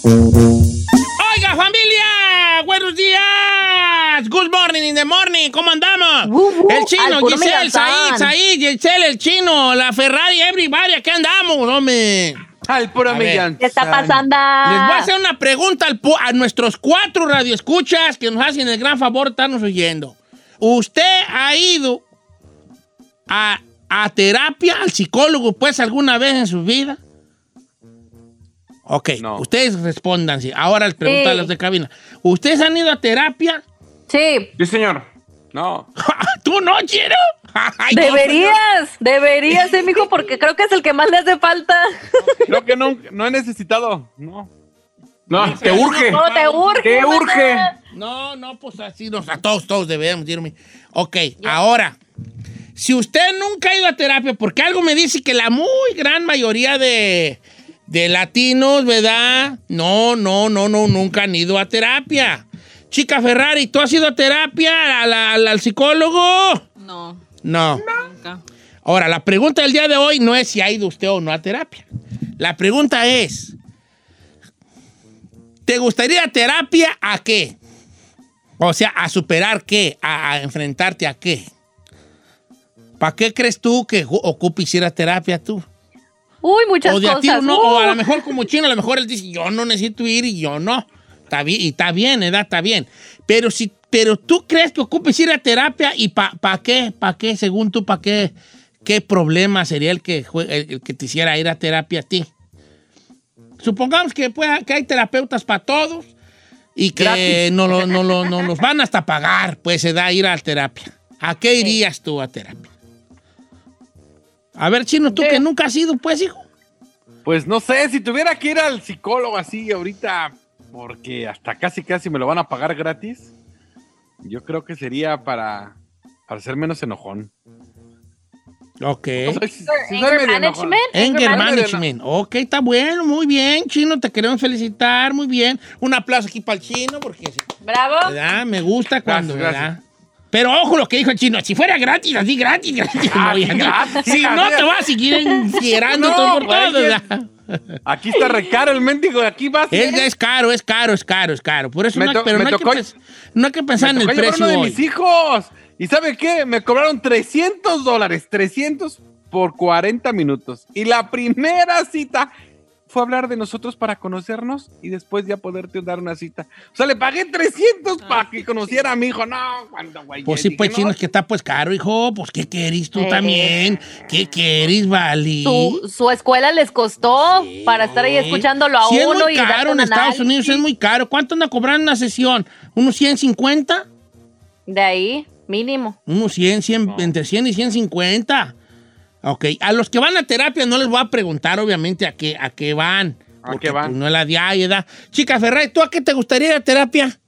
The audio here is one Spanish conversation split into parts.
Oiga, familia, buenos días. Good morning in the morning. ¿Cómo andamos? El chino, Giselle, Said, Giselle, el chino, la Ferrari, everybody, aquí andamos, hombre. Al puro millón. ¿Qué está pasando? Les voy a hacer una pregunta a nuestros 4 radioescuchas que nos hacen el gran favor de estarnos oyendo. ¿Usted ha ido a terapia, al psicólogo, pues, alguna vez en su vida? Ok, no. Ustedes respondan. Sí. Ahora les pregunto a los de cabina. ¿Ustedes han ido a terapia? Sí. Sí, señor. No. ¿Tú no, Chino? Deberías, mijo, porque creo que es el que más le hace falta. Creo que no he necesitado. No, te urge. No, te urge. Te urge. No, pues así, a todos debemos irme. Ok, ahora, si usted nunca ha ido a terapia, porque algo me dice que la muy gran mayoría de latinos, ¿verdad? No, nunca han ido a terapia. Chica Ferrari, ¿tú has ido a terapia al psicólogo? No. Nunca. Ahora, la pregunta del día de hoy no es si ha ido usted o no a terapia. La pregunta es, ¿te gustaría terapia a qué? O sea, ¿a superar qué? ¿A enfrentarte a qué? ¿Para qué crees tú que ocupes ir a terapia tú? Uy, muchas o de cosas. A ti, no, o a lo mejor como Chino, a lo mejor él dice, yo no necesito ir y yo no. Está bien, y está bien, está bien. Pero tú crees que ocupes ir a terapia y ¿para qué? ¿Para qué? Según tú, ¿para qué? ¿Qué problema sería el que te hiciera ir a terapia a ti? Supongamos que hay terapeutas para todos y que no los van hasta pagar, pues se da ir a terapia. ¿A qué irías tú a terapia? A ver, Chino, tú que nunca has ido, pues, hijo. Pues no sé, si tuviera que ir al psicólogo así ahorita, porque hasta casi me lo van a pagar gratis, yo creo que sería para ser menos enojón. Ok. Anger management. Anger management. Ok, está bueno, muy bien, Chino, te queremos felicitar, muy bien. Un aplauso aquí para el Chino, porque bravo. ¿verdad? Me gusta cuando, gracias. ¿verdad? Pero ojo lo que dijo el Chino, si fuera gratis, así gratis. Si no, te vas a seguir enfierando todo por todo, ¿verdad? Aquí está recaro el mendigo, aquí vas. Es caro. Por eso no hay que pensar en el precio uno de hoy. mis hijos. ¿Y sabe qué? Me cobraron $300. 300 por 40 minutos. Y la primera cita fue hablar de nosotros para conocernos y después ya poderte dar una cita. O sea, le pagué 300 para que conociera a mi hijo. No, cuando güey. Pues sí, pues, Chino, es que está pues caro, hijo. Pues, ¿qué querís tú también? ¿Qué querís, Vali? Su escuela les costó para estar ahí escuchándolo a sí, uno. Es muy caro en Estados Unidos, es muy caro. ¿Cuánto anda cobrando una sesión? ¿Unos 150? De ahí, mínimo. Unos 100, entre 100 y 150. Ok, a los que van a terapia no les voy a preguntar, obviamente, a qué van. ¿A qué van? Pues, no es la edad. Chica Ferrari, ¿tú a qué te gustaría ir a terapia?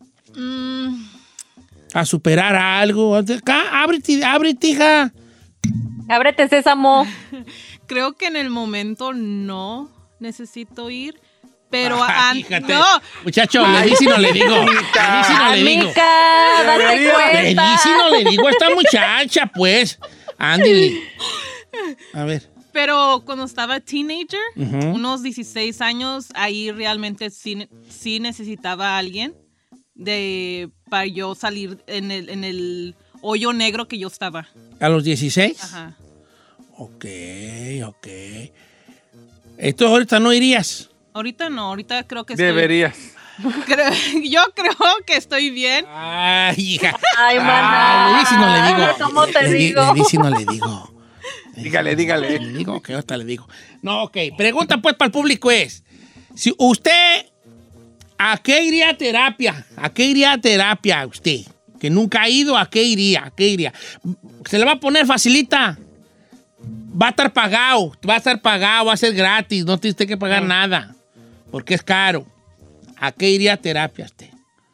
A superar algo. Ábrete, hija. Ábrete, sésamo. Creo que en el momento no necesito ir, pero fíjate. no. Muchacho, le di si no le digo. Amiga, date cuenta. Le di si no le digo a esta muchacha, pues. Ándale. A ver. Pero cuando estaba teenager, unos 16 años, ahí realmente sí necesitaba a alguien para yo salir en el hoyo negro que yo estaba. ¿A los 16? Ajá. Ok. ¿Entonces ahorita no irías? Ahorita no, ahorita creo que deberías. Yo creo que estoy bien. Ay, hija. Ay, maná. Le di si no le digo. ¿Cómo te digo? Le di si no le digo. Dígale. Le digo, que hasta le digo. No, ok. Pregunta pues para el público es, si usted, ¿a qué iría a terapia? ¿A qué iría a terapia usted? Que nunca ha ido, ¿a qué iría? Se le va a poner facilita. Va a estar pagado, va a ser gratis, no tiene usted que pagar nada, porque es caro. ¿A qué iría a terapia usted?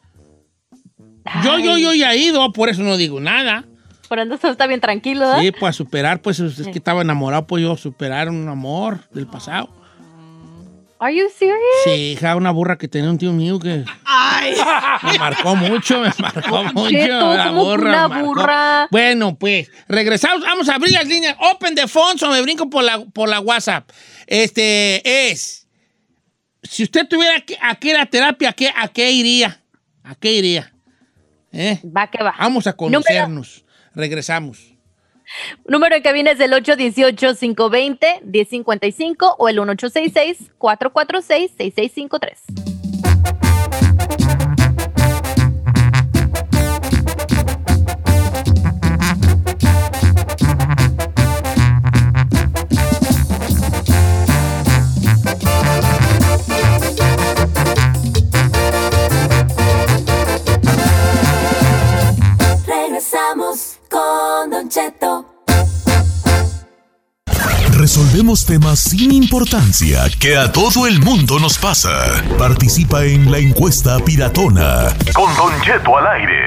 Yo ya he ido, por eso no digo nada. Por eso está bien tranquilo, ¿eh? Sí, pues a superar, pues es que estaba enamorado, pues yo superar un amor del pasado. Are you serious? Sí, hija, una burra que tenía un tío mío que me marcó mucho. La una burra. Bueno, pues, regresamos, vamos a abrir las líneas. Open the phone, o me brinco por la WhatsApp. si usted tuviera que ir a terapia, ¿a qué iría? ¿A qué iría? Va que va. Vamos a conocernos. Regresamos. Número en cabina es el 818-520-1055 o el 1866-446-6653. Regresamos con Don Cheto. Resolvemos temas sin importancia que a todo el mundo nos pasa. Participa en la encuesta piratona. Con Don Cheto al aire.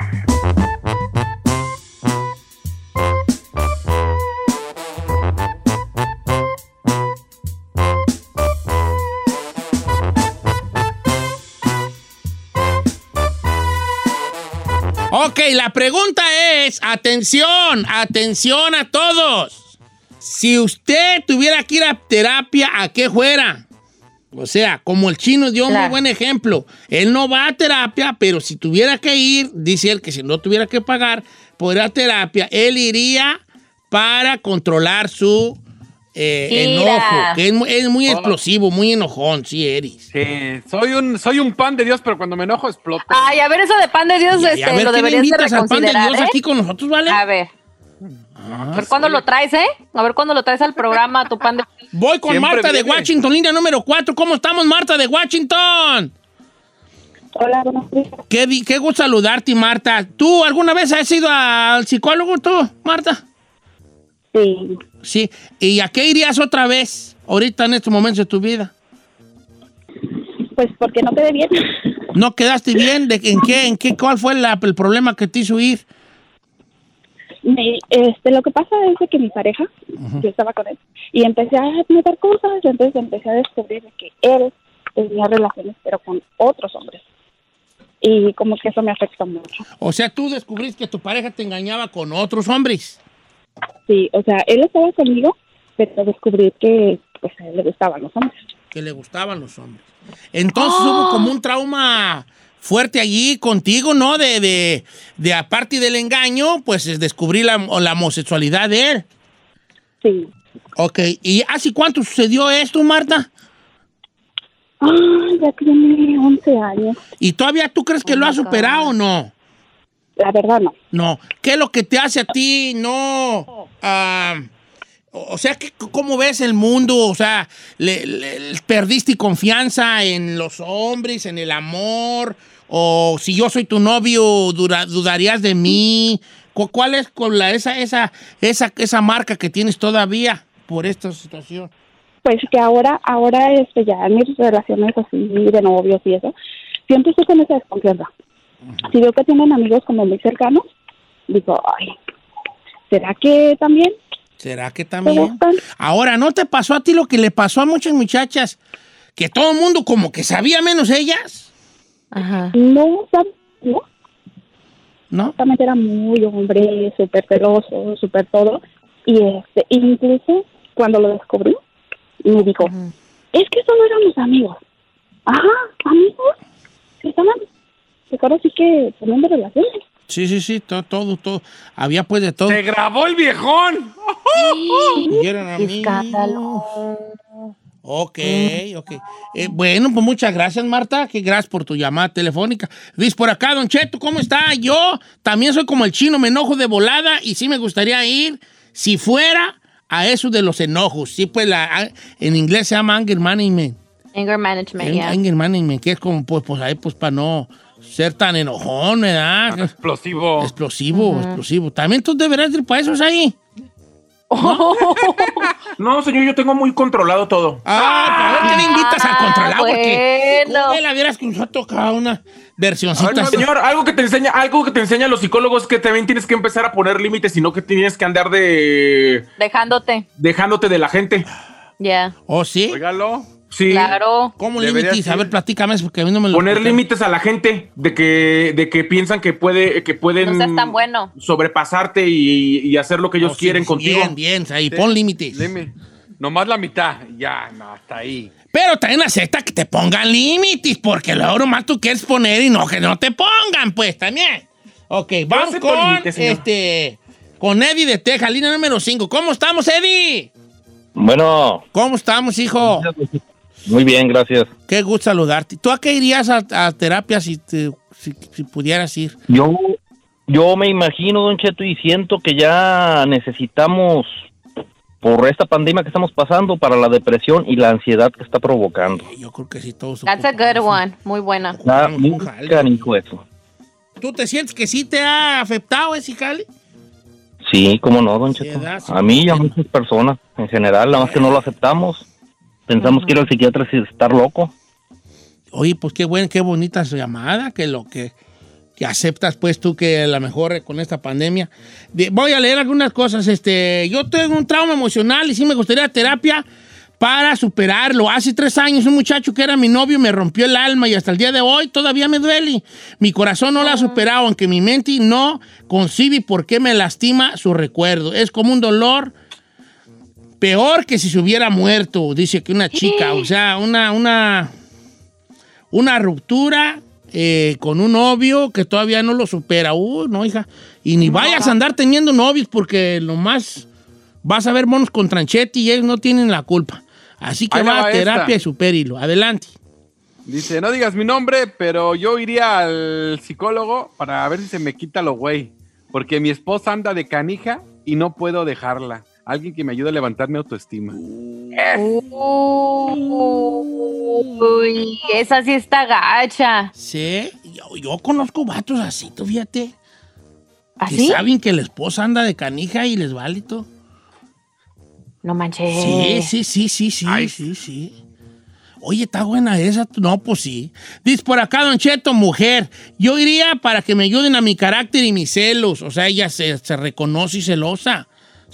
Ok, la pregunta es, atención a todos. Si usted tuviera que ir a terapia, ¿a qué fuera? O sea, como el chino dio un muy buen ejemplo. Él no va a terapia, pero si tuviera que ir, dice él que si no tuviera que pagar por ir a terapia, él iría para controlar su enojo. Que es muy explosivo, muy enojón, sí, eres. Sí, soy un pan de Dios, pero cuando me enojo exploto. Ay, a ver, eso de pan de Dios, A ver, lo ¿qué le deberías de invitas al pan de reconsiderar, Dios aquí con nosotros, vale? A ver. A ver cuándo lo traes, A ver cuándo lo traes al programa, tu pan de... Voy con Siempre Marta de viene. Washington, línea número 4. ¿Cómo estamos, Marta de Washington? Hola, buenos días. Qué gusto saludarte, Marta. ¿Tú alguna vez has ido al psicólogo, tú, Marta? Sí, Sí. ¿Y a qué irías otra vez, ahorita en estos momentos de tu vida? pues porque no quedé bien. ¿No quedaste bien? ¿En qué? ¿Cuál fue el problema que te hizo ir? Lo que pasa es de que mi pareja, yo estaba con él, y empecé a notar cosas, y entonces empecé a descubrir de que él tenía relaciones, pero con otros hombres. Y como que eso me afectó mucho. O sea, tú descubriste que tu pareja te engañaba con otros hombres. Sí, o sea, él estaba conmigo, pero descubrí que pues a él le gustaban los hombres. Que le gustaban los hombres. Entonces hubo como un trauma fuerte allí contigo, ¿no? De aparte del engaño, pues es descubrir la homosexualidad de él. Sí. Ok, ¿y hace cuánto sucedió esto, Marta? Ya tiene 11 años. ¿Y todavía tú crees que lo has superado o no? La verdad no. No. ¿Qué es lo que te hace a ti no? O sea, ¿cómo ves el mundo? O sea, ¿perdiste confianza en los hombres, en el amor? ¿O si yo soy tu novio, dudarías de mí? ¿Cuál es esa marca que tienes todavía por esta situación? Pues que ahora ya en mis relaciones así de novios y eso, siempre estoy con esa desconfianza. Si veo que tienen amigos como muy cercanos, digo, ay, ¿será que también? ¿Será que también? Ahora, ¿no te pasó a ti lo que le pasó a muchas muchachas? Que todo el mundo como que sabía menos ellas. Ajá. No, ¿sabes? No. ¿No? Exactamente, era muy hombre, súper celoso, súper todo. Y incluso cuando lo descubrí, me dijo, es que solo éramos amigos. Ajá, amigos. Que estaban, ahora sí que teniendo relaciones. Sí, todo. Había pues de todo. ¡Se grabó el viejón! Y eran amigos. Escándalo. Ok. Bueno, pues muchas gracias, Marta. Que gracias por tu llamada telefónica. Dice por acá, Don Cheto, ¿cómo está? Yo también soy como el chino, me enojo de volada y sí me gustaría ir si fuera a eso de los enojos. Sí, pues en inglés se llama anger management. Anger management, yeah. Anger management, que es como, pues ahí, pues para no ser tan enojón, ¿verdad? Explosivo. Explosivo. También tú deberás ir para esos ahí. No, señor, yo tengo muy controlado todo. ¿Por qué le invitas al controlado? Porque bueno. ¿cómo la vieras que nos ha tocado una versioncita? Señor, algo que te enseñan los psicólogos es que también tienes que empezar a poner límites, sino que tienes que andar Dejándote. dejándote de la gente. Ya. ¿Oh, sí? Óigalo. Sí. Claro. ¿Cómo Debería límites? A ser. ver, platícame eso, porque a mí no me lo Poner explicaron. límites a la gente de que piensan que pueden No seas tan bueno. sobrepasarte y hacer lo que ellos Oh, sí, quieren sí, contigo. Bien, ahí, pon límites. Nomás la mitad. Ya, no, hasta ahí. Pero también acepta que te pongan límites, porque luego nomás tú quieres poner y no que no te pongan, pues, también. Ok, vamos con, con Eddie de Texas, línea número 5. ¿Cómo estamos, Eddie? Bueno. ¿Cómo estamos, hijo? Muy bien, gracias. Qué gusto saludarte. ¿Tú a qué irías a terapia si pudieras ir? Yo me imagino, Don Cheto, y siento que ya necesitamos, por esta pandemia que estamos pasando, para la depresión y la ansiedad que está provocando. Yo creo que sí, todos. That's a good one. Muy buena. Canijo eso. ¿Tú te sientes que sí te ha afectado ese jale? Sí, cómo no, Don Cheto. A mí y a muchas personas en general, nada más que no lo aceptamos. Pensamos que ir al psiquiatra es estar loco. Oye, pues qué bonita su llamada, que aceptas pues tú que a lo mejor con esta pandemia. Voy a leer algunas cosas. Yo tengo un trauma emocional y sí me gustaría terapia para superarlo. Hace 3 años un muchacho que era mi novio me rompió el alma y hasta el día de hoy todavía me duele. Mi corazón no lo ha superado, aunque mi mente no concibe por qué me lastima su recuerdo. Es como un dolor peor que si se hubiera muerto, dice que una chica. O sea, una ruptura con un novio que todavía no lo supera. No, hija. Y ni vayas a andar teniendo novios porque nomás vas a ver monos con tranchete y ellos no tienen la culpa. Así que va a terapia y supérilo. Adelante. Dice, no digas mi nombre, pero yo iría al psicólogo para ver si se me quita lo güey. Porque mi esposa anda de canija y no puedo dejarla. Alguien que me ayude a levantar mi autoestima. Uy, esa sí está gacha. Sí, yo conozco vatos así, tú fíjate. ¿Así? Que saben que la esposa anda de canija y les vale todo. No manches. Sí. Oye, está buena esa. No, pues sí. Dice por acá, Don Cheto, mujer. Yo iría para que me ayuden a mi carácter y mis celos. O sea, ella se reconoce celosa.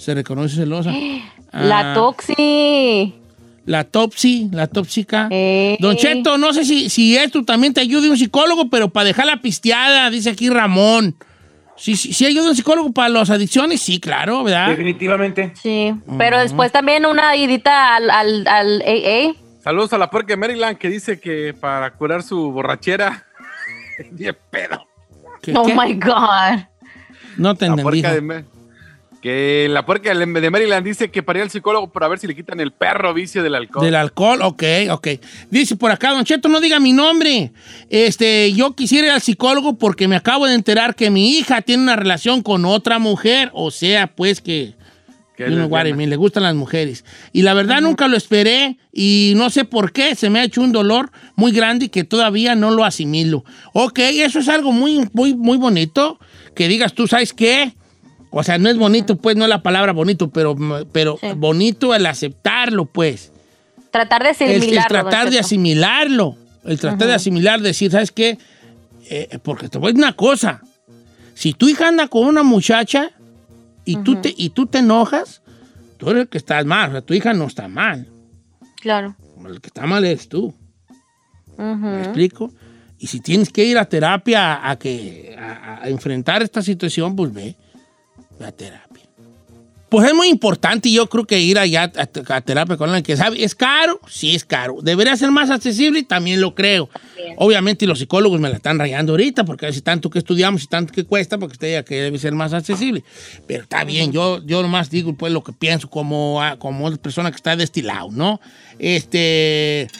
La toxi. La tóxica. Don Cheto, no sé si esto también te ayude un psicólogo, pero para dejar la pisteada, dice aquí Ramón. Sí ayuda un psicólogo para las adicciones, sí, claro, ¿verdad? Definitivamente. Sí, pero después también una idita al AA. Saludos a la puerca de Maryland que dice que para curar su borrachera, 10 pedo. Oh my God. No te entendí. Que la puerca de Maryland dice que para ir al psicólogo para ver si le quitan el perro vicio del alcohol. Del alcohol, ok. Dice por acá, Don Cheto, no diga mi nombre. Yo quisiera ir al psicólogo porque me acabo de enterar que mi hija tiene una relación con otra mujer. O sea, pues que le gustan las mujeres. Y la verdad nunca lo esperé y no sé por qué. Se me ha hecho un dolor muy grande y que todavía no lo asimilo. Ok, eso es algo muy, muy, muy bonito. Que digas tú, ¿sabes qué? O sea, no es bonito, pues, no es la palabra bonito, pero sí. Bonito el aceptarlo, pues. Tratar de asimilarlo. El tratar de asimilarlo. El tratar de asimilar, decir, ¿sabes qué? Porque te voy a decir una cosa. Si tu hija anda con una muchacha y tú te enojas, tú eres el que estás mal. O sea, tu hija no está mal. Claro. El que está mal eres tú. ¿Me explico? Y si tienes que ir a terapia a enfrentar esta situación, pues ve a terapia. Pues es muy importante y yo creo que ir allá a terapia con alguien que sabe. ¿Es caro? Sí, es caro. ¿Debería ser más accesible? También lo creo. Bien. Obviamente los psicólogos me la están rayando ahorita porque si tanto que estudiamos y tanto que cuesta, porque usted diga que debe ser más accesible. Pero está bien, yo nomás digo pues lo que pienso como persona que está de este lado, ¿no? Y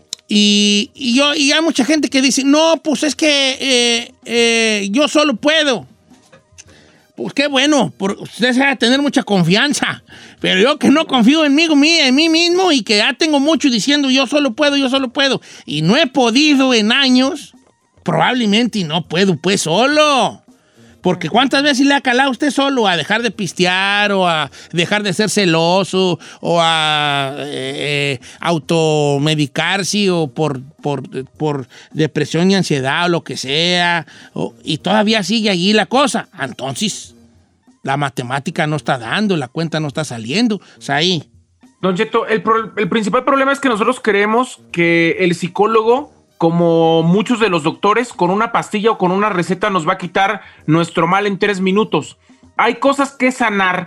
hay mucha gente que dice, no, pues es que yo solo puedo. Pues qué bueno, usted se va a tener mucha confianza, pero yo que no confío en mí mismo y que ya tengo mucho diciendo yo solo puedo, y no he podido en años, probablemente no puedo pues solo. Porque ¿cuántas veces le ha calado usted solo a dejar de pistear o a dejar de ser celoso o a automedicarse o por depresión y ansiedad o lo que sea? Y todavía sigue allí la cosa. Entonces, la matemática no está dando, la cuenta no está saliendo. O sea, ahí. Don Cheto, el principal problema es que nosotros creemos que el psicólogo, como muchos de los doctores, con una pastilla o con una receta nos va a quitar nuestro mal en 3 minutos. Hay cosas que sanar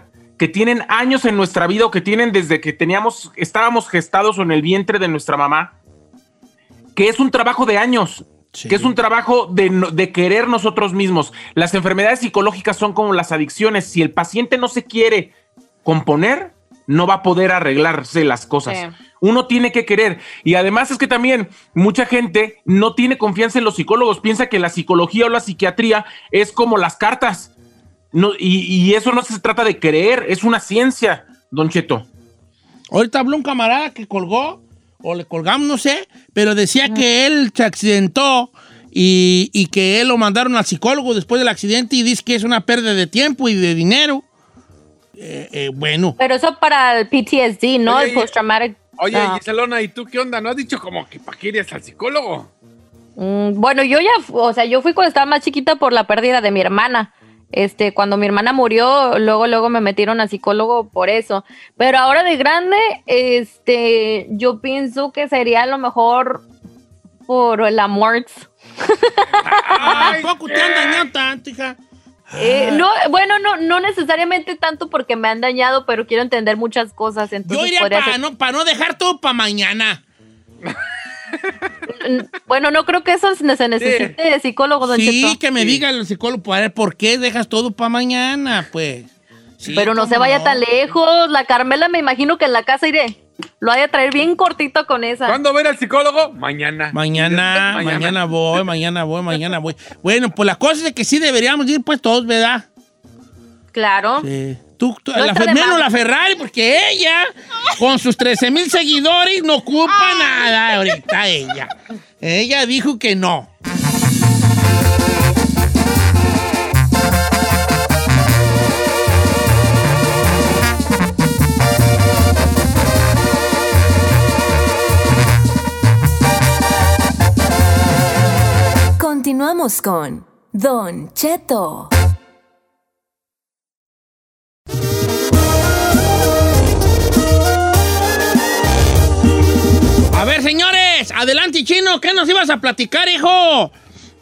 que tienen años en nuestra vida o que tienen desde que estábamos gestados o en el vientre de nuestra mamá, que es un trabajo de años, que es un trabajo de querer nosotros mismos. Las enfermedades psicológicas son como las adicciones. Si el paciente no se quiere componer, no va a poder arreglarse las cosas. Sí. Uno tiene que querer. Y además es que también mucha gente no tiene confianza en los psicólogos. Piensa que la psicología o la psiquiatría es como las cartas. No, y eso no se trata de creer, es una ciencia, Don Cheto. Ahorita habló un camarada que colgó, o le colgamos, no sé, pero decía que él se accidentó y que él lo mandaron al psicólogo después del accidente y dice que es una pérdida de tiempo y de dinero. Bueno. Pero eso para el PTSD, ¿no? Oye, el post-traumatic. Oye, Giselona, ¿y tú qué onda? ¿No has dicho como que para qué irías al psicólogo? Bueno, yo fui cuando estaba más chiquita por la pérdida de mi hermana. Cuando mi hermana murió, luego me metieron a psicólogo por eso. Pero ahora de grande, yo pienso que sería a lo mejor por el amor. ¿Poco te han dañado tanto, hija? No necesariamente tanto porque me han dañado, pero quiero entender muchas cosas. Entonces yo iría para no dejar todo para mañana. Bueno, no creo que eso se necesite de psicólogo, Don Cheto. Sí, que me diga el psicólogo, ¿por qué dejas todo para mañana? Pues. Sí, pero no se vaya tan lejos. La Carmela me imagino que en la casa lo vaya a traer bien cortito con esa. ¿Cuándo va a ir al psicólogo? Mañana voy. Bueno, pues la cosa es que sí deberíamos ir pues todos, ¿verdad? Claro. Sí. Menos la Ferrari, porque ella, con sus 13,000 seguidores, no ocupa nada ahorita ella. Ella dijo que no. Continuamos con Don Cheto. A ver, señores, adelante, Chino, ¿qué nos ibas a platicar, hijo?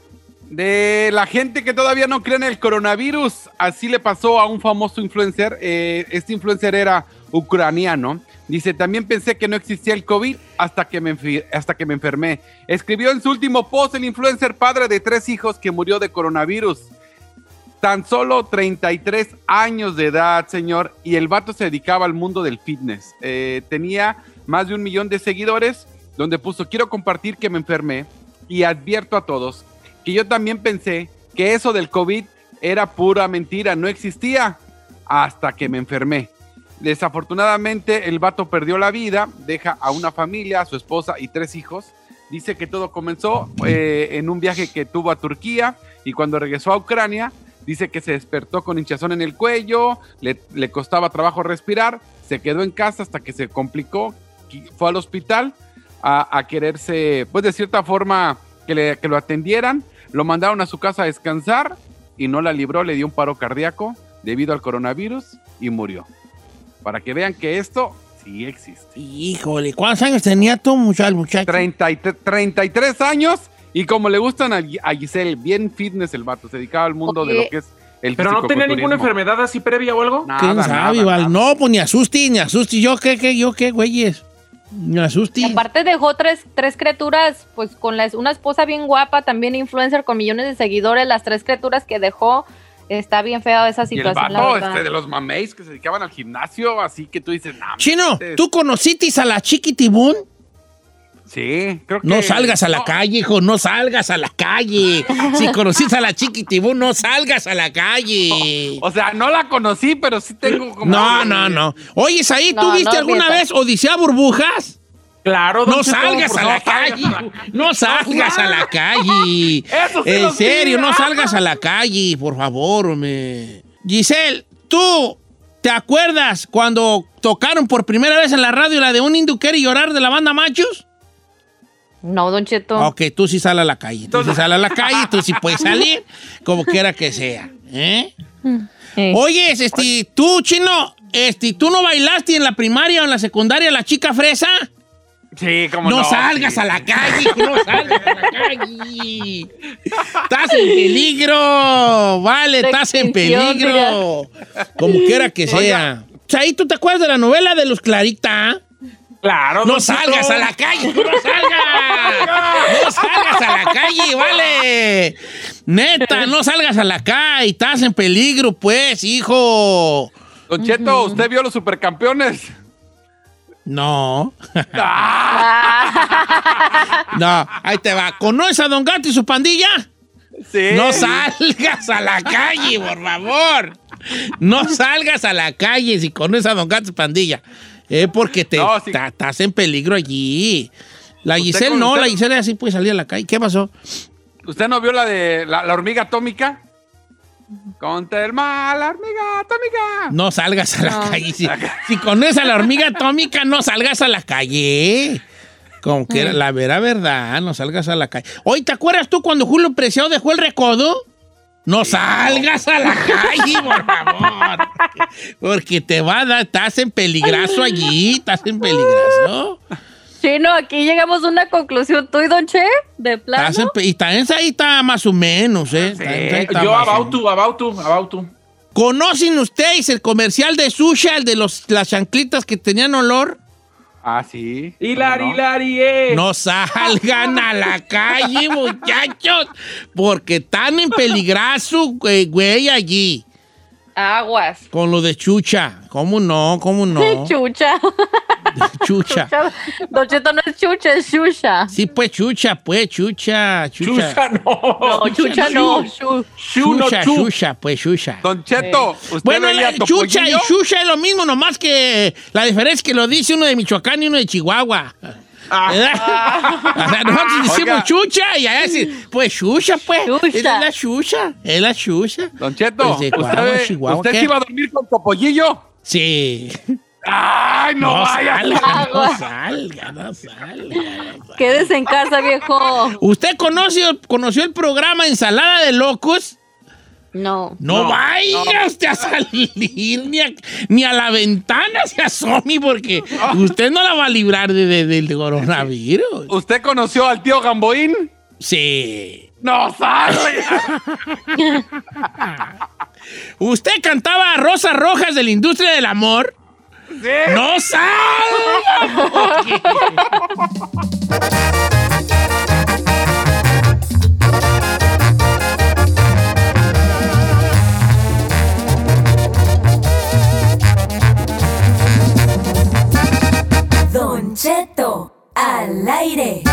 De la gente que todavía no cree en el coronavirus. Así le pasó a un famoso influencer. Este influencer era ucraniano. Dice, también pensé que no existía el COVID hasta que me enfermé. Escribió en su último post el influencer, padre de 3 hijos, que murió de coronavirus. Tan solo 33 años de edad, señor, y el vato se dedicaba al mundo del fitness. Tenía más de 1 millón de seguidores, donde puso, quiero compartir que me enfermé y advierto a todos que yo también pensé que eso del COVID era pura mentira, no existía hasta que me enfermé. Desafortunadamente, el vato perdió la vida, deja a una familia, a su esposa y 3 hijos. Dice que todo comenzó en un viaje que tuvo a Turquía y cuando regresó a Ucrania, dice que se despertó con hinchazón en el cuello, le costaba trabajo respirar, se quedó en casa hasta que se complicó, fue al hospital a quererse, pues de cierta forma, que lo atendieran, lo mandaron a su casa a descansar y no la libró, le dio un paro cardíaco debido al coronavirus y murió. Para que vean que esto sí existe. Híjole, ¿cuántos años tenía tu muchacho? 33 años y como le gustan a Giselle, bien fitness el vato, se dedicaba al mundo de lo que es el ¿pero no tenía ninguna enfermedad así previa o algo? ¿Quién sabe, Val? No, pues ni asuste. Yo qué, güeyes. Ni asuste. Aparte dejó tres criaturas, pues con una esposa bien guapa, también influencer con millones de seguidores, las 3 criaturas que dejó. Está bien fea esa situación. Y el vato de los mameis que se dedicaban al gimnasio, así que tú dices, nah, Chino, ¿tú conociste a la Chiquitibún? Sí, creo que... No salgas a la calle, hijo, no salgas a la calle. Si conociste a la Chiquitibún, no salgas a la calle. O sea, no la conocí, pero sí tengo como... No. Oye, Saí, ¿tú viste alguna vez Odisea Burbujas? Claro, no salgas a la calle. No salgas a la calle. En serio, no salgas a la calle, por favor, hombre. Giselle, ¿tú te acuerdas cuando tocaron por primera vez en la radio la de Un Indio Quiere Llorar de la banda Machos? No, Don Cheto. Ok, tú sí sal a la calle. Tú sí puedes salir, como quiera que sea. Oye, tú, Chino, ¿tú no bailaste en la primaria o en la secundaria la chica fresa? Sí, como no. No salgas a la calle, no salgas a la calle. Estás en peligro, vale, estás en peligro. Como quiera que sea. Ahí tú te acuerdas de la novela de los Clarita. Claro. No salgas a la calle, tú no salgas. No salgas a la calle, vale. Neta, no salgas a la calle. Estás en peligro, pues, hijo. Don Cheto, ¿usted vio los supercampeones? No. No, ahí te va. ¿Conoces a Don Gato y su pandilla? Sí. No salgas a la calle, por favor. No salgas a la calle si conoces a Don Gato y su pandilla. Porque estás en peligro allí. La Giselle no, la Giselle así puede salir a la calle. ¿Qué pasó? ¿Usted no vio la de la hormiga atómica? Contra el mal, la hormiga atómica. No salgas a la calle. Si conoces a la hormiga atómica, no salgas a la calle. Como que era la vera verdad, no salgas a la calle. Oye, ¿te acuerdas tú cuando Julio Preciado dejó el recodo? No salgas a la calle, por favor. Porque te va a dar, estás en peligrazo allí, estás en peligrazo. Chino, aquí llegamos a una conclusión. ¿Tú y Don Che? ¿De plano? Y también ahí está más o menos, ¿eh? Sí, yo about to. ¿Conocen ustedes el comercial de Susha, el de las chanclitas que tenían olor? Ah, sí. Hilari. No salgan a la calle, muchachos, porque están en peligrazo, güey, allí. Aguas. Con lo de Chucha. ¿Cómo no? Chucha. Chucha. Don Cheto no es Chucha, es Xuxa. Sí, pues Chucha. Chucha no. Chucha no. Xuxa, pues Xuxa. Don Cheto, ¿usted Bueno, veía Chucha y Topollillo? Xuxa es lo mismo, nomás que la diferencia es que lo dice uno de Michoacán y uno de Chihuahua. ¿Verdad? O sea, nosotros decimos Chucha y allá decimos, pues Xuxa, pues. Es la Xuxa. Don Cheto, Chihuahua, ¿usted ¿qué? se iba a dormir con Topollillo? Sí. ¡Ay, no vaya! No salga. Quédese en casa, viejo. ¿Usted conoció el programa Ensalada de Locos? No. No vaya usted a salir ni a la ventana se asome porque usted no la va a librar del coronavirus. ¿Usted conoció al tío Gamboín? Sí. ¡No sabe! ¿Usted cantaba Rosas Rojas de la Industria del Amor? Sí. ¡No salga! Don Cheto, al aire.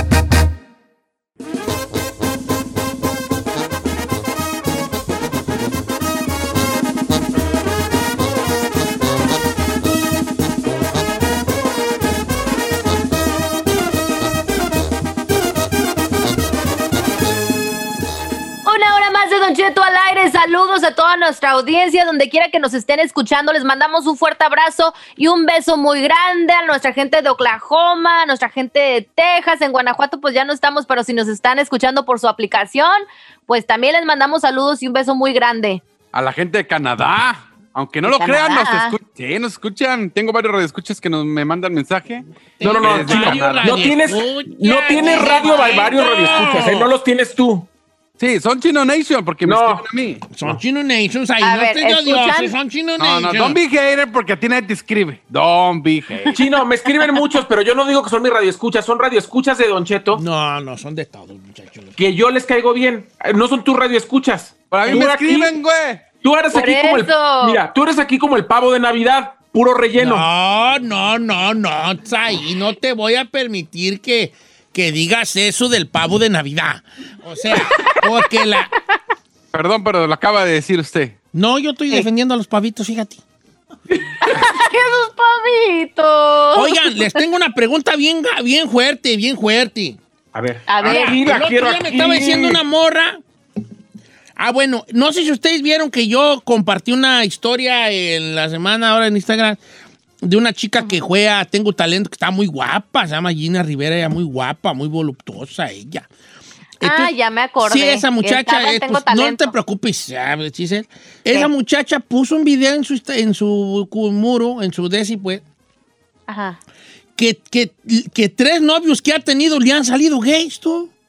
Una hora más de Don Cheto al aire. Saludos a toda nuestra audiencia, donde quiera que nos estén escuchando. Les mandamos un fuerte abrazo y un beso muy grande a nuestra gente de Oklahoma, a nuestra gente de Texas. En Guanajuato pues ya no estamos, pero si nos están escuchando por su aplicación, pues también les mandamos saludos y un beso muy grande. A la gente de Canadá. Aunque no lo crean, nos escuchan. Tengo varios radioescuchas que me mandan mensaje. No, Chino, no tienes radio, varios radioescuchas, no los tienes tú. Sí, son Chino Nation porque me escriben a mí. Son Chino Nations ahí. A No ver, te digo ¿escuchan? Dios, son Chino Nations. No, don't be hater porque a ti nadie te escribe. Don't be hater. Chino, me escriben muchos, pero yo no digo que son mis radioescuchas, son radioescuchas de Don Cheto. No, son de todos, muchachos. Que yo les caigo bien. No son tus radioescuchas. Para mí me escriben, güey. Tú eres aquí como mira, tú eres aquí como el pavo de Navidad, puro relleno. No, Zay, no te voy a permitir que digas eso del pavo de Navidad. O sea, porque Perdón, pero lo acaba de decir usted. No, yo estoy defendiendo a los pavitos, fíjate. ¡Esos pavitos! Oigan, les tengo una pregunta bien fuerte. A ver. El otro día me estaba diciendo una morra. Bueno, no sé si ustedes vieron que yo compartí una historia en la semana ahora en Instagram de una chica que juega Tengo Talento, que está muy guapa, se llama Gina Rivera, ella muy guapa, muy voluptuosa ella. Entonces, ya me acordé. Sí, esa muchacha, Tengo no Talento. te preocupes, Giselle. Esa muchacha puso un video en su muro, en su desi, pues, Ajá. que 3 novios que ha tenido le han salido gays, tú.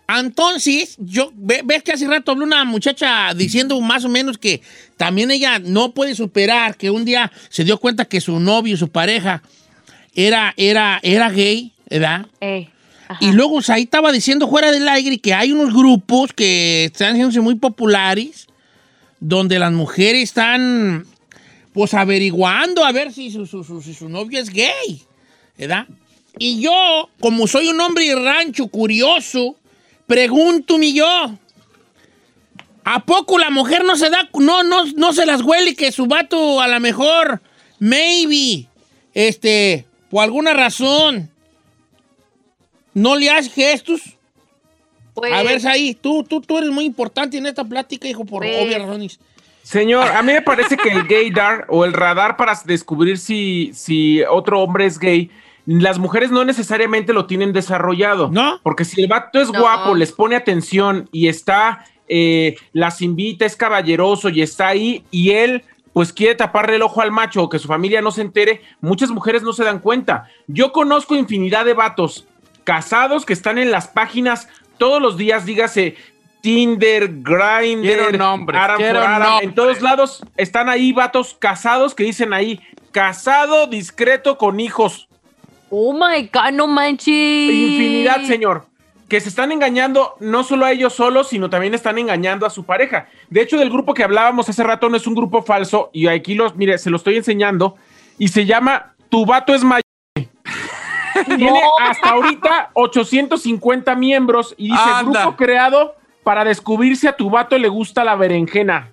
Entonces, ves que hace rato habló una muchacha diciendo más o menos que también ella no puede superar que un día se dio cuenta que su novio, su pareja, era gay, ¿verdad? Y luego ahí estaba diciendo fuera del aire que hay unos grupos que están haciéndose muy populares donde las mujeres están pues averiguando a ver si su novio es gay, ¿verdad? Y yo, como soy un hombre de rancho curioso, pregúntome yo, ¿a poco la mujer no se las huele que su vato a lo mejor, maybe, por alguna razón, no le hace gestos? Pues, a ver, ahí, tú eres muy importante en esta plática, hijo, por obvias razones. Señor, a mí me parece que el gaydar o el radar para descubrir si otro hombre es gay, las mujeres no necesariamente lo tienen desarrollado. ¿No? Porque si el vato es guapo, les pone atención y está, las invita, es caballeroso y está ahí, y él pues quiere taparle el ojo al macho o que su familia no se entere, muchas mujeres no se dan cuenta. Yo conozco infinidad de vatos casados que están en las páginas todos los días, dígase Tinder, Grindr, Aram, en todos lados están ahí vatos casados que dicen ahí, casado, discreto, con hijos. Oh my God, no manches. Infinidad, señor. Que se están engañando no solo a ellos solos, sino también están engañando a su pareja. De hecho, del grupo que hablábamos hace rato no es un grupo falso, y aquí mire, se lo estoy enseñando, y se llama Tu Vato es Mayor. Tiene hasta ahorita 850 miembros y dice grupo creado para descubrir si a tu vato le gusta la berenjena.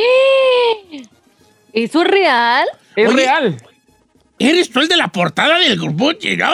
¿Eso es real? Es real. ¿Eres tú el de la portada del grupo, no?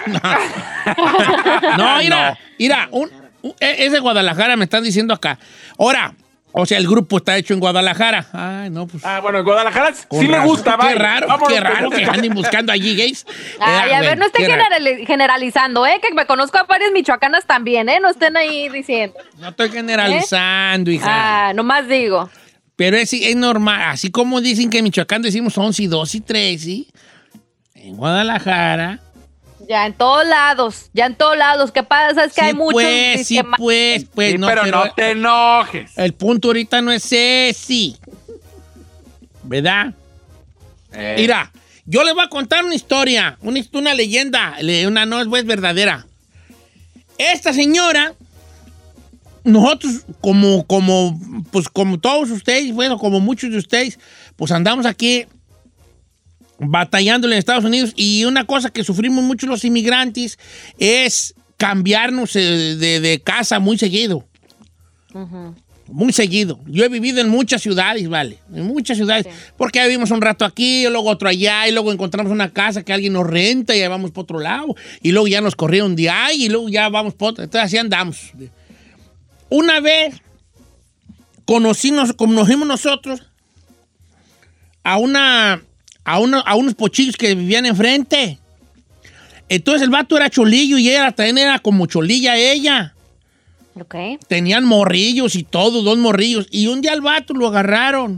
No, mira, es de Guadalajara, me están diciendo acá. Ahora, o sea, el grupo está hecho en Guadalajara. Ay, no, pues. Bueno, en Guadalajara sí le gusta, Qué raro que anden buscando allí gays. Ay, a ver, no estén generalizando, que me conozco a varias michoacanas también, no estén ahí diciendo. No estoy generalizando, hija. Nomás digo. Pero es normal, así como dicen que en Michoacán decimos 11 y 2 y 3, ¿sí? En Guadalajara. Ya en todos lados. ¿Qué pasa? Es que hay muchos. Pues. No, pero no te enojes. El punto ahorita no es ese. ¿Verdad? Mira, yo les voy a contar una historia, una leyenda, no es verdadera. Esta señora, nosotros, como todos ustedes, bueno, como muchos de ustedes, pues andamos aquí batallándole en Estados Unidos, y una cosa que sufrimos mucho los inmigrantes es cambiarnos de casa muy seguido. Muy seguido. Yo he vivido en muchas ciudades, ¿vale? En muchas ciudades. Sí. Porque ya vivimos un rato aquí, y luego otro allá, y luego encontramos una casa que alguien nos renta y ya vamos para otro lado, y luego ya nos corrieron de ahí, y luego ya vamos para otro. Entonces así andamos. Una vez conocimos nosotros a unos pochillos que vivían enfrente. Entonces el vato era cholillo y ella también era como cholilla ella. Okay. Tenían morrillos y todo, 2 morrillos. Y un día al vato lo agarraron.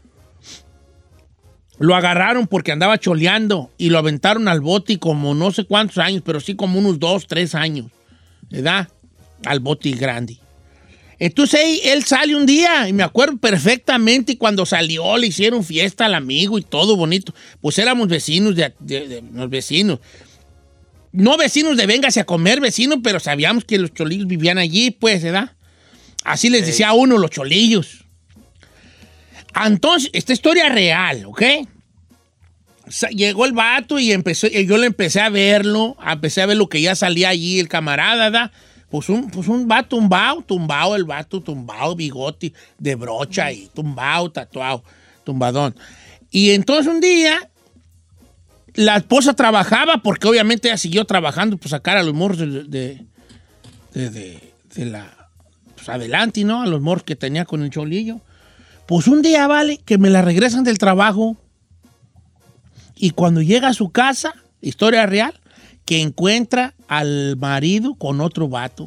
Lo agarraron porque andaba choleando y lo aventaron al bote como no sé cuántos años, pero sí como unos 2, 3 años, ¿verdad? Al bote grande. Entonces él sale un día, y me acuerdo perfectamente, cuando salió le hicieron fiesta al amigo y todo bonito. Pues éramos vecinos los vecinos. No vecinos de véngase a comer, vecinos, pero sabíamos que los cholillos vivían allí, pues, ¿verdad? Así les decía a uno, los cholillos. Entonces, esta historia es real, ¿ok? Llegó el vato y yo le empecé a ver lo que ya salía allí el camarada, ¿verdad? Pues un vato tumbado, el vato tumbado, bigote de brocha y tumbado, tatuado, tumbadón. Y entonces un día la esposa trabajaba, porque obviamente ella siguió trabajando, pues sacar a los morros de la, pues adelante, ¿no? A los morros que tenía con el cholillo. Pues un día, vale, que me la regresan del trabajo, y cuando llega a su casa, historia real, que encuentra al marido con otro vato.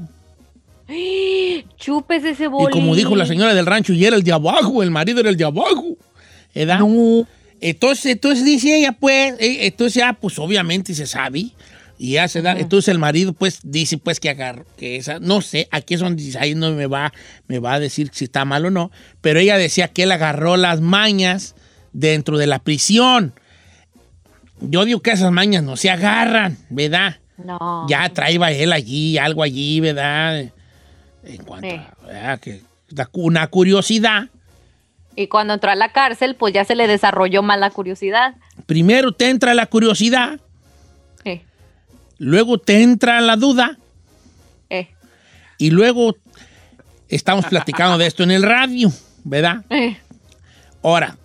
Chupes ese bolín. Y como dijo la señora del rancho, y era el de abajo, el marido era el de abajo, ¿verdad? No. Entonces dice ella, pues, pues obviamente se sabe, Y ya se da, entonces el marido pues dice pues que agarró, que esa, no sé, aquí es donde ahí no me va a decir si está mal o no, pero ella decía que él agarró las mañas dentro de la prisión. Yo digo que esas mañas no se agarran, ¿verdad? No. Ya traía él allí, algo allí, ¿verdad? En cuanto a, ¿verdad? Que una curiosidad. Y cuando entró a la cárcel, pues ya se le desarrolló más la curiosidad. Primero te entra la curiosidad. Luego te entra la duda. Y luego estamos platicando de esto en el radio, ¿verdad? Ahora,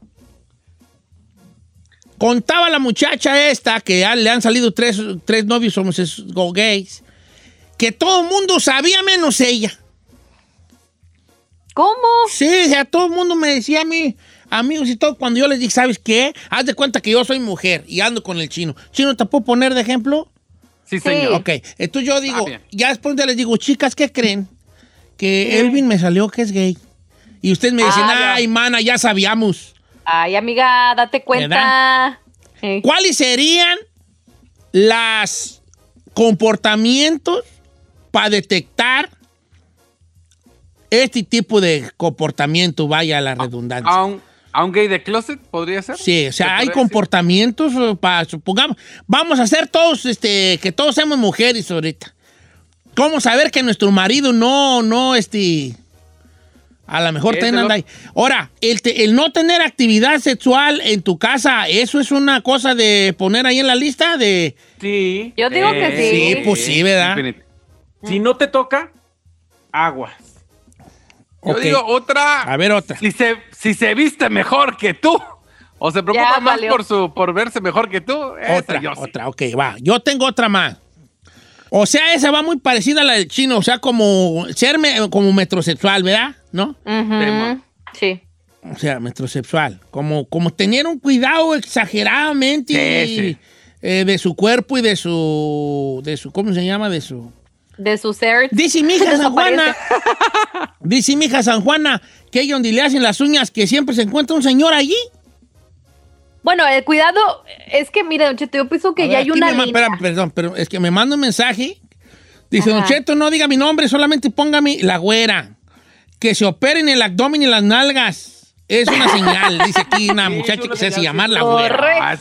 contaba la muchacha esta que ya le han salido tres novios gays, que todo el mundo sabía menos ella. ¿Cómo? Sí, o sea, todo el mundo me decía a mí, amigos y todo, cuando yo les dije, ¿sabes qué? Haz de cuenta que yo soy mujer y ando con el chino. ¿Chino te puedo poner de ejemplo? Sí, señor. Ok, entonces yo digo, ya después les digo, chicas, ¿qué creen? Que Elvin me salió que es gay. Y ustedes me dicen, ay, mana, ya sabíamos. Ay, amiga, date cuenta. ¿Cuáles serían los comportamientos para detectar este tipo de comportamiento, vaya a la redundancia? ¿A un gay de closet podría ser? Sí, o sea, hay comportamientos, supongamos, vamos a hacer todos, que todos seamos mujeres ahorita. ¿Cómo saber que nuestro marido no, a lo mejor anda ahí? Ahora, el no tener actividad sexual en tu casa, ¿eso es una cosa de poner ahí en la lista? Sí. Yo digo que sí. Sí, pues sí, ¿verdad? Si no te toca, aguas. Yo digo otra. A ver, otra. Si se viste mejor que tú, o se preocupa más por verse mejor que tú. Otra, ok, va. Yo tengo otra más. O sea, esa va muy parecida a la del chino, o sea, como como metrosexual, ¿verdad? ¿No? Sí. O sea, metrosexual. Como tener un cuidado exageradamente de su cuerpo y de su, ¿cómo se llama? De su ser. Dice mi hija San Juana. Dice mi hija San Juana que ella donde le hacen las uñas que siempre se encuentra un señor allí. Bueno, el cuidado es que, mire, Don Cheto, yo pienso que ya hay una línea. Perdón, pero es que me manda un mensaje. Dice, Don Cheto, no diga mi nombre, solamente póngame la güera. Que se operen el abdomen y las nalgas. Es una señal, dice aquí una muchacha que se hace llamar la güera.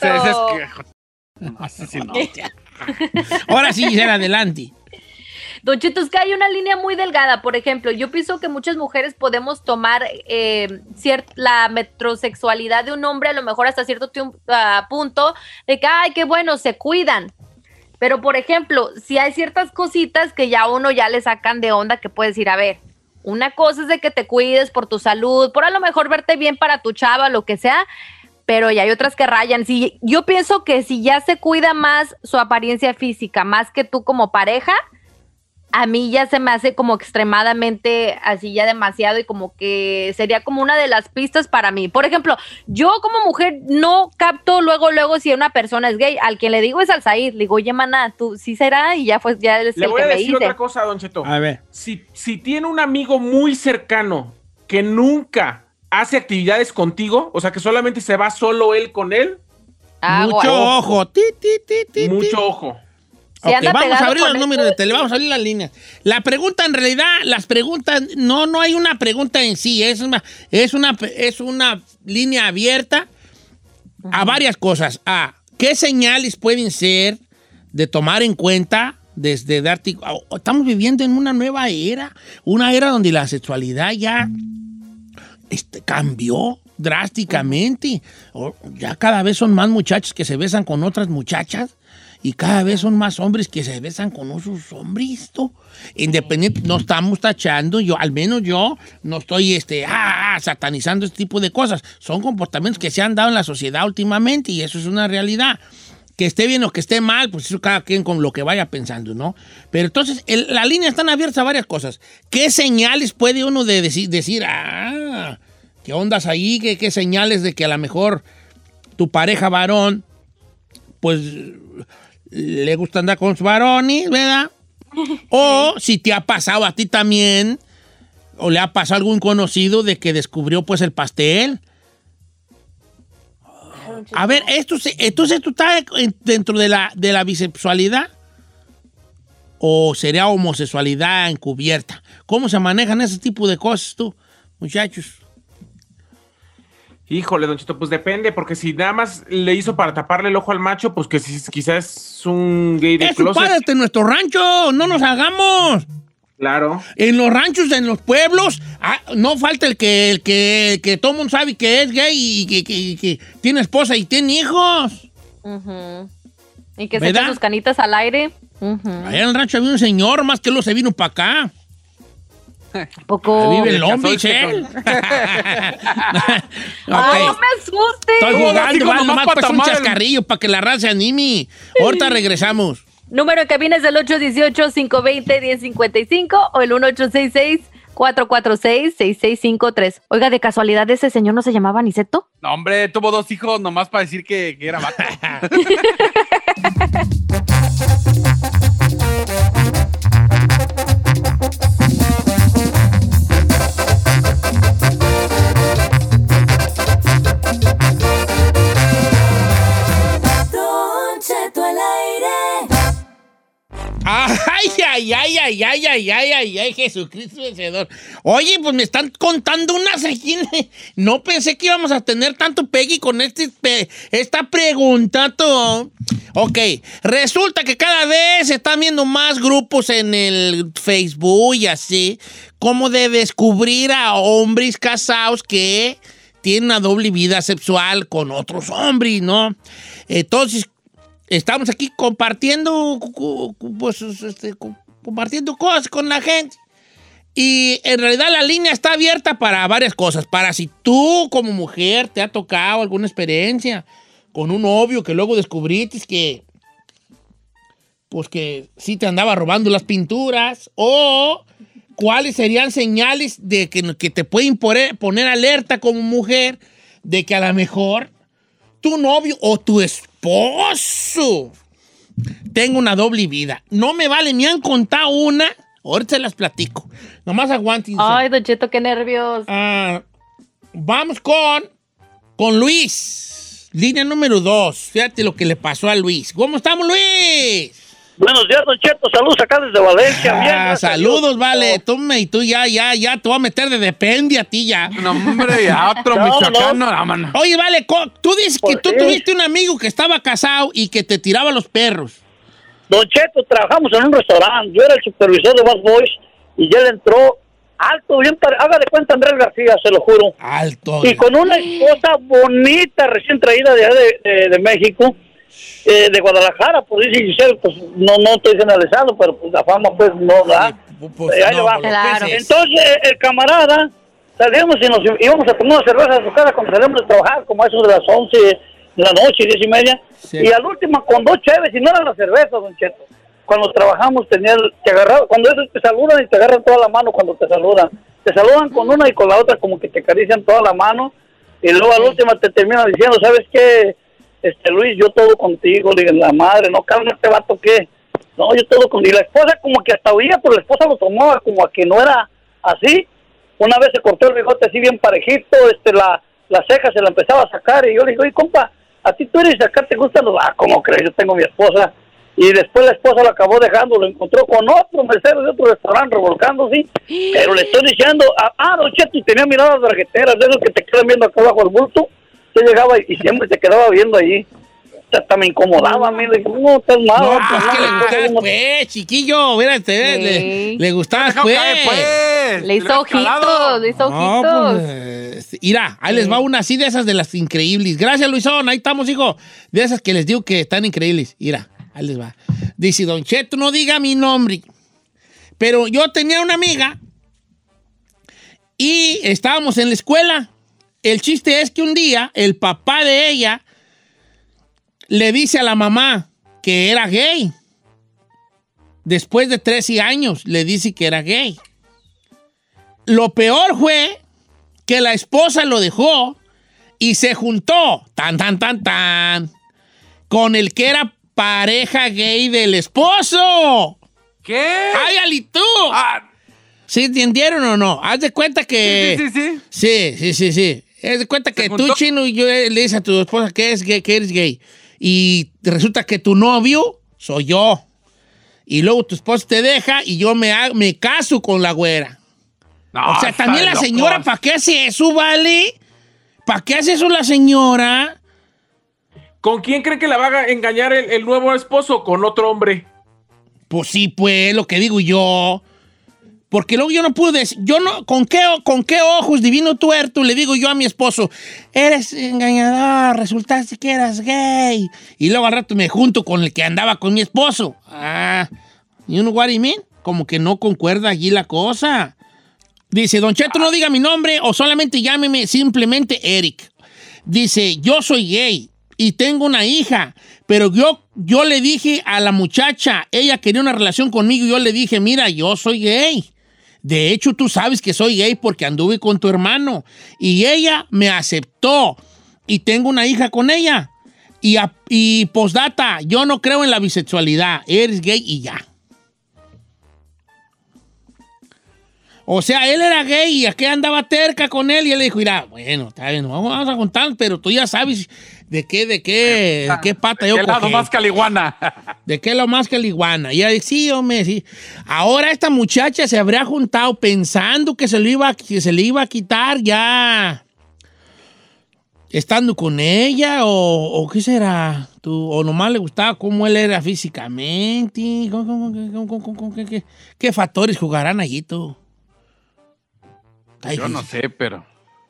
Ahora sí, Gisela, adelante. Don Cheto, es que hay una línea muy delgada. Por ejemplo, yo pienso que muchas mujeres podemos tomar la metrosexualidad de un hombre a lo mejor hasta cierto punto de que, ay, qué bueno, se cuidan. Pero, por ejemplo, si hay ciertas cositas que ya uno ya le sacan de onda, que puedes ir a ver. Una cosa es de que te cuides por tu salud, por a lo mejor verte bien para tu chava, lo que sea, pero ya hay otras que rayan. Yo pienso que si ya se cuida más su apariencia física, más que tú como pareja, a mí ya se me hace como extremadamente así ya demasiado y como que sería como una de las pistas para mí. Por ejemplo, yo como mujer no capto luego si una persona es gay. Al quien le digo es al Said. Le digo, oye, mana, tú sí será y ya es el que me dice. Le voy a decir otra cosa, Don Cheto. A ver. Si tiene un amigo muy cercano que nunca hace actividades contigo, o sea, que solamente se va solo él con él. Mucho ojo. Mucho ojo. Okay, vamos a abrir los números de tele, vamos a abrir las líneas. La pregunta, en realidad, las preguntas, no hay una pregunta en sí, es una línea abierta a varias cosas. ¿Qué señales pueden ser de tomar en cuenta desde darte? Estamos viviendo en una nueva era, una era donde la sexualidad ya cambió drásticamente. Ya cada vez son más muchachos que se besan con otras muchachas. Y cada vez son más hombres que se besan con otros hombres. Independiente, no estamos tachando, al menos yo no estoy satanizando este tipo de cosas. Son comportamientos que se han dado en la sociedad últimamente y eso es una realidad. Que esté bien o que esté mal, pues eso cada quien con lo que vaya pensando, ¿no? Pero entonces, la línea están abiertas a varias cosas. ¿Qué señales puede uno decir, qué ondas ahí? ¿Qué señales de que a lo mejor tu pareja varón, pues le gusta andar con los varones, ¿verdad? O si te ha pasado a ti también, o le ha pasado a algún conocido de que descubrió pues el pastel. A ver, entonces tú estás dentro de la bisexualidad o sería homosexualidad encubierta. ¿Cómo se manejan ese tipo de cosas tú, muchachos? Híjole, Don Cheto, pues depende, porque si nada más le hizo para taparle el ojo al macho, pues que quizás es un gay de Eso, closet. párate en nuestro rancho, no nos hagamos. Claro. En los ranchos, en los pueblos, no falta el que todo el mundo sabe que es gay y que tiene esposa y tiene hijos. Y que se echa sus canitas al aire. Allá en el rancho había un señor, más que luego se vino para acá. Poco. Vive en Long Beach, ¿eh? Ay, no me asustes. Estoy jugando, nomás nomás para pues un tomar. chascarrillo para que la raza se anime. Ahorita regresamos. Número en cabina es el 818-520-1055 o el 1866-446-6653. Oiga, de casualidad, ¿ese señor no se llamaba Niceto? No, hombre, tuvo 2 hijos nomás para decir que era vato. Don Cheto al aire. Ay, Jesucristo vencedor. Oye, pues me están contando unas aquí. No pensé que íbamos a tener tanto pegue con esta pregunta. Ok, resulta que cada vez se están viendo más grupos en el Facebook y así, como de descubrir a hombres casados que tienen una doble vida sexual con otros hombres, ¿no? Entonces, estamos aquí compartiendo, pues, compartiendo cosas con la gente. Y en realidad la línea está abierta para varias cosas. Para si tú como mujer te ha tocado alguna experiencia con un novio que luego descubriste que, pues que sí te andaba robando las pinturas. O cuáles serían señales de que te pueden poner alerta como mujer de que a lo mejor tu novio o tu esposo tenga una doble vida. No me vale, me han contado una, ahorita se las platico. Nomás aguanten. Ay, Don Cheto, qué nervios. Vamos con Luis. Línea número 2. Fíjate lo que le pasó a Luis. ¿Cómo estamos, Luis? Buenos días, Don Cheto. Saludos acá desde Valencia. Bien, saludos, vale. Tú ya, te voy a meter de depende a ti ya. No, hombre, ya otro michoacano. No, mano. Oye, vale, tú dices que tú tuviste un amigo que estaba casado y que te tiraba los perros. Don Cheto, trabajamos en un restaurante. Yo era el supervisor de Bad Boys y él entró alto, bien haga de cuenta Andrés García, se lo juro. Alto. Y con una esposa bonita, recién traída de México. De Guadalajara, pues dice Giselle, pues no estoy generalizando, pero pues la fama pues no da. Ahí le va. Claro. Entonces el camarada, salíamos y nos íbamos a tomar una cerveza a su casa cuando salíamos de trabajar, como a eso de las 11 de la noche, 10:30. Sí. Y al último con 2 cheves, y no eran las cervezas, Don Cheto. Cuando trabajamos te agarraba, cuando esos te saludan y te agarran toda la mano cuando te saludan con una y con la otra como que te acarician toda la mano, y luego al último te terminan diciendo, ¿sabes qué? Luis, yo todo contigo, le digo, la madre, no, calma, este vato, ¿qué? No, yo todo contigo. Y la esposa como que hasta oía, pero la esposa lo tomó como a que no era así. Una vez se cortó el bigote así bien parejito, la ceja se la empezaba a sacar, y yo le digo, oye, compa, a ti tú eres acá, te gustan los... ¿cómo crees? Yo tengo mi esposa. Y después la esposa lo acabó dejando, lo encontró con otro mesero de otro restaurante revolcándose, pero le estoy diciendo, Don Cheto, y tenía miradas tarjeteras, de esos que te quedan viendo acá abajo el bulto. Yo llegaba y siempre te quedaba viendo allí. Hasta me incomodaba a mí. Le dije, no, estás mal. No, pues que le gustabas, pues, chiquillo. Mírate, le gustabas, pues. Le hizo ojitos, No, pues, mira, ahí les va una así de esas de las increíbles. Gracias, Luisón, ahí estamos, hijo. De esas que les digo que están increíbles. Mira, ahí les va. Dice, Don Cheto, no diga mi nombre. Pero yo tenía una amiga y estábamos en la escuela. El chiste es que un día el papá de ella le dice a la mamá que era gay. Después de 13 años le dice que era gay. Lo peor fue que la esposa lo dejó y se juntó, con el que era pareja gay del esposo. ¿Qué? ¡Ay, Alito! ¿Sí entendieron o no? Haz de cuenta que... Sí. Sí. Es de cuenta que juntó? tú, Chino, y yo le dices a tu esposa que es gay, que eres gay. Y resulta que tu novio soy yo. Y luego tu esposa te deja y yo me caso con la güera. No, O sea, está también de la señora, locos. ¿para qué hace eso, vale? ¿Para qué hace eso la señora? ¿Con quién cree que la va a engañar el nuevo esposo? Con otro hombre. Pues sí, pues, lo que digo yo. Porque luego yo no pude decir, ¿con qué ojos divino tuerto le digo yo a mi esposo, eres engañador, resultaste que eras gay? Y luego al rato me junto con el que andaba con mi esposo. You know what I mean? Como que no concuerda allí la cosa. Dice, Don Cheto, no diga mi nombre o solamente llámeme simplemente Eric. Dice, yo soy gay y tengo una hija, pero yo le dije a la muchacha, ella quería una relación conmigo y yo le dije, mira, yo soy gay. De hecho, tú sabes que soy gay porque anduve con tu hermano. Y ella me aceptó. Y tengo una hija con ella. Y postdata, yo no creo en la bisexualidad. Eres gay y ya. O sea, él era gay y aquí andaba terca con él. Y él le dijo, mira, bueno, está bien, vamos a contar, pero tú ya sabes de qué pata yo ¿De qué lado cogí. más caliguana? ¿De qué lo más que la iguana? Y ella dice, sí, hombre, sí. Ahora esta muchacha se habría juntado pensando que se le iba a quitar ya estando con ella, o qué será, o nomás le gustaba cómo él era físicamente. ¿Qué factores jugarán allí tú? Yo no sé, pero...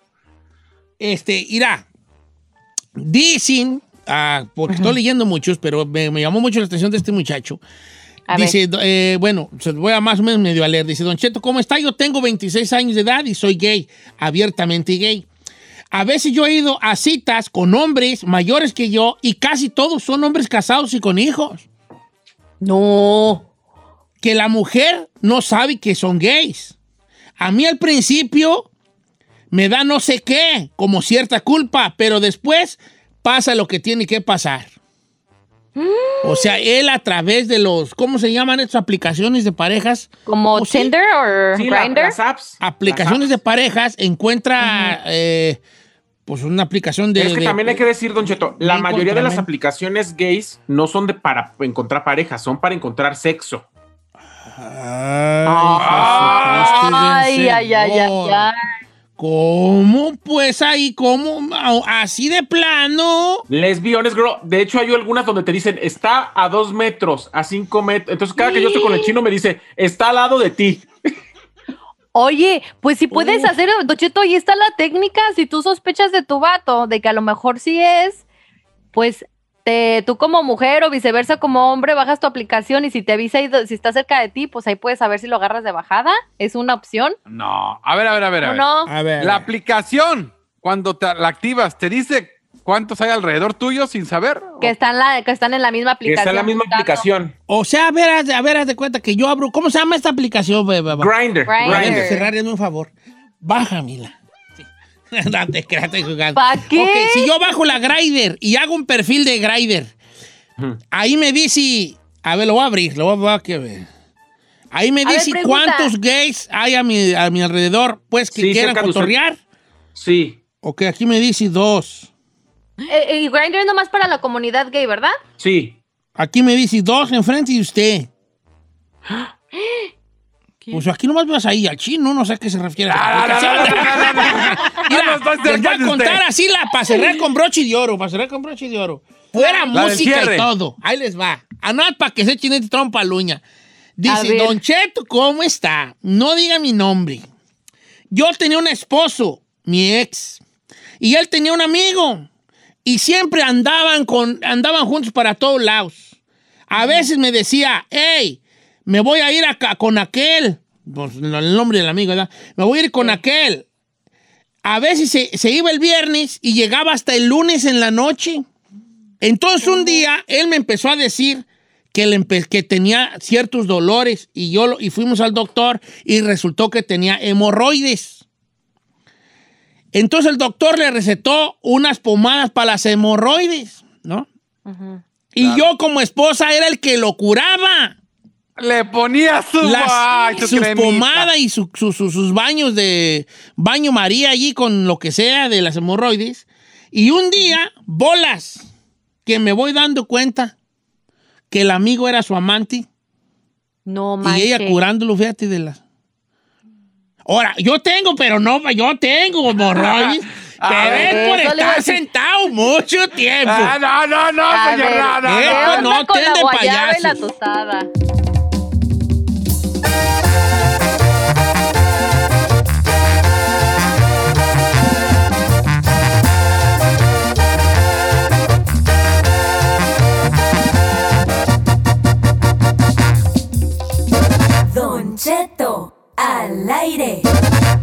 Irá, dicen, porque estoy leyendo muchos, pero me llamó mucho la atención de este muchacho. Dice, bueno, se voy a más o menos medio a leer. Dice, Don Cheto, ¿cómo está? Yo tengo 26 años de edad y soy gay, abiertamente gay. A veces yo he ido a citas con hombres mayores que yo y casi todos son hombres casados y con hijos. No. Que la mujer no sabe que son gays. A mí al principio me da no sé qué, como cierta culpa, pero después pasa lo que tiene que pasar. O sea, él a través de los, ¿cómo se llaman estas aplicaciones de parejas? ¿Como Tinder o Sí, Grindr? las apps. Aplicaciones de parejas, encuentra pues una aplicación de... Es que también hay que decir, Don Cheto, la bien mayoría de las contramen- aplicaciones gays no son para encontrar parejas, son para encontrar sexo. Ay, ay, ay, ay, ay. ¿Cómo? Pues ahí, ¿cómo? Así de plano. Let's be honest, girl. De hecho, hay algunas donde te dicen, está a 2 metros, a 5 metros. Entonces, cada que yo estoy con el chino, me dice, está al lado de ti. Oye, pues si puedes hacer, Don Cheto, ahí está la técnica. Si tú sospechas de tu vato, de que a lo mejor sí es, pues tú como mujer o viceversa como hombre, bajas tu aplicación y si te avisa si está cerca de ti, pues ahí puedes saber si lo agarras de bajada. Es una opción. No, a ver. ¿O no? A ver. La aplicación, cuando la activas, te dice cuántos hay alrededor tuyo sin saber. Que están en la misma Que aplicación. está en la misma buscando. aplicación. O sea, a ver, haz de cuenta que yo abro... ¿Cómo se llama esta aplicación? Grindr. Grindr. Ferrari, hazme un favor. Bájamela. Sí. No te creas, estoy jugando. ¿Para qué? Ok, si yo bajo la Grindr y hago un perfil de Grindr, ahí me dice... A ver, lo voy a abrir, lo voy a ver. Ahí me A ver, dice pregunta. cuántos gays hay a mi alrededor, pues, que Sí, quieran cerca de usted. cotorrear. Sí, Ok, aquí me dice 2. Y Grindr es nomás para la comunidad gay, ¿verdad? sí. Aquí me dice 2 enfrente de usted. ¿Qué? Pues aquí nomás vas ahí al chino, no sé a qué se refiere. No, no estoy Mira, les voy cerca a de contar usted. así para cerrar con broche de oro, Fuera La del música cierre. y todo. Ahí les va. A nada para que se echen este trompa al uña. Dice, A ver. Don Cheto, ¿cómo está? No diga mi nombre. Yo tenía un esposo, mi ex, y él tenía un amigo. Y siempre andaban juntos para todos lados. A veces me decía, hey, me voy a ir acá con aquel. Pues, el nombre del amigo, ¿verdad? Me voy a ir con aquel. A veces se iba el viernes y llegaba hasta el lunes en la noche. Entonces un día él me empezó a decir que tenía ciertos dolores y fuimos al doctor y resultó que tenía hemorroides. Entonces el doctor le recetó unas pomadas para las hemorroides, ¿no? Y yo como esposa era el que lo curaba. Le ponía su sus pomadas y sus baños de baño María allí con lo que sea de las hemorroides. Y un día, bolas, que me voy dando cuenta que el amigo era su amante. No manches. Y ella curándolo, fíjate, de las... Ahora, yo tengo hemorroides. Pero es por estar sentado mucho tiempo. No, señor. No, con la de guayaba y la payaso. tostada. Don Cheto al aire.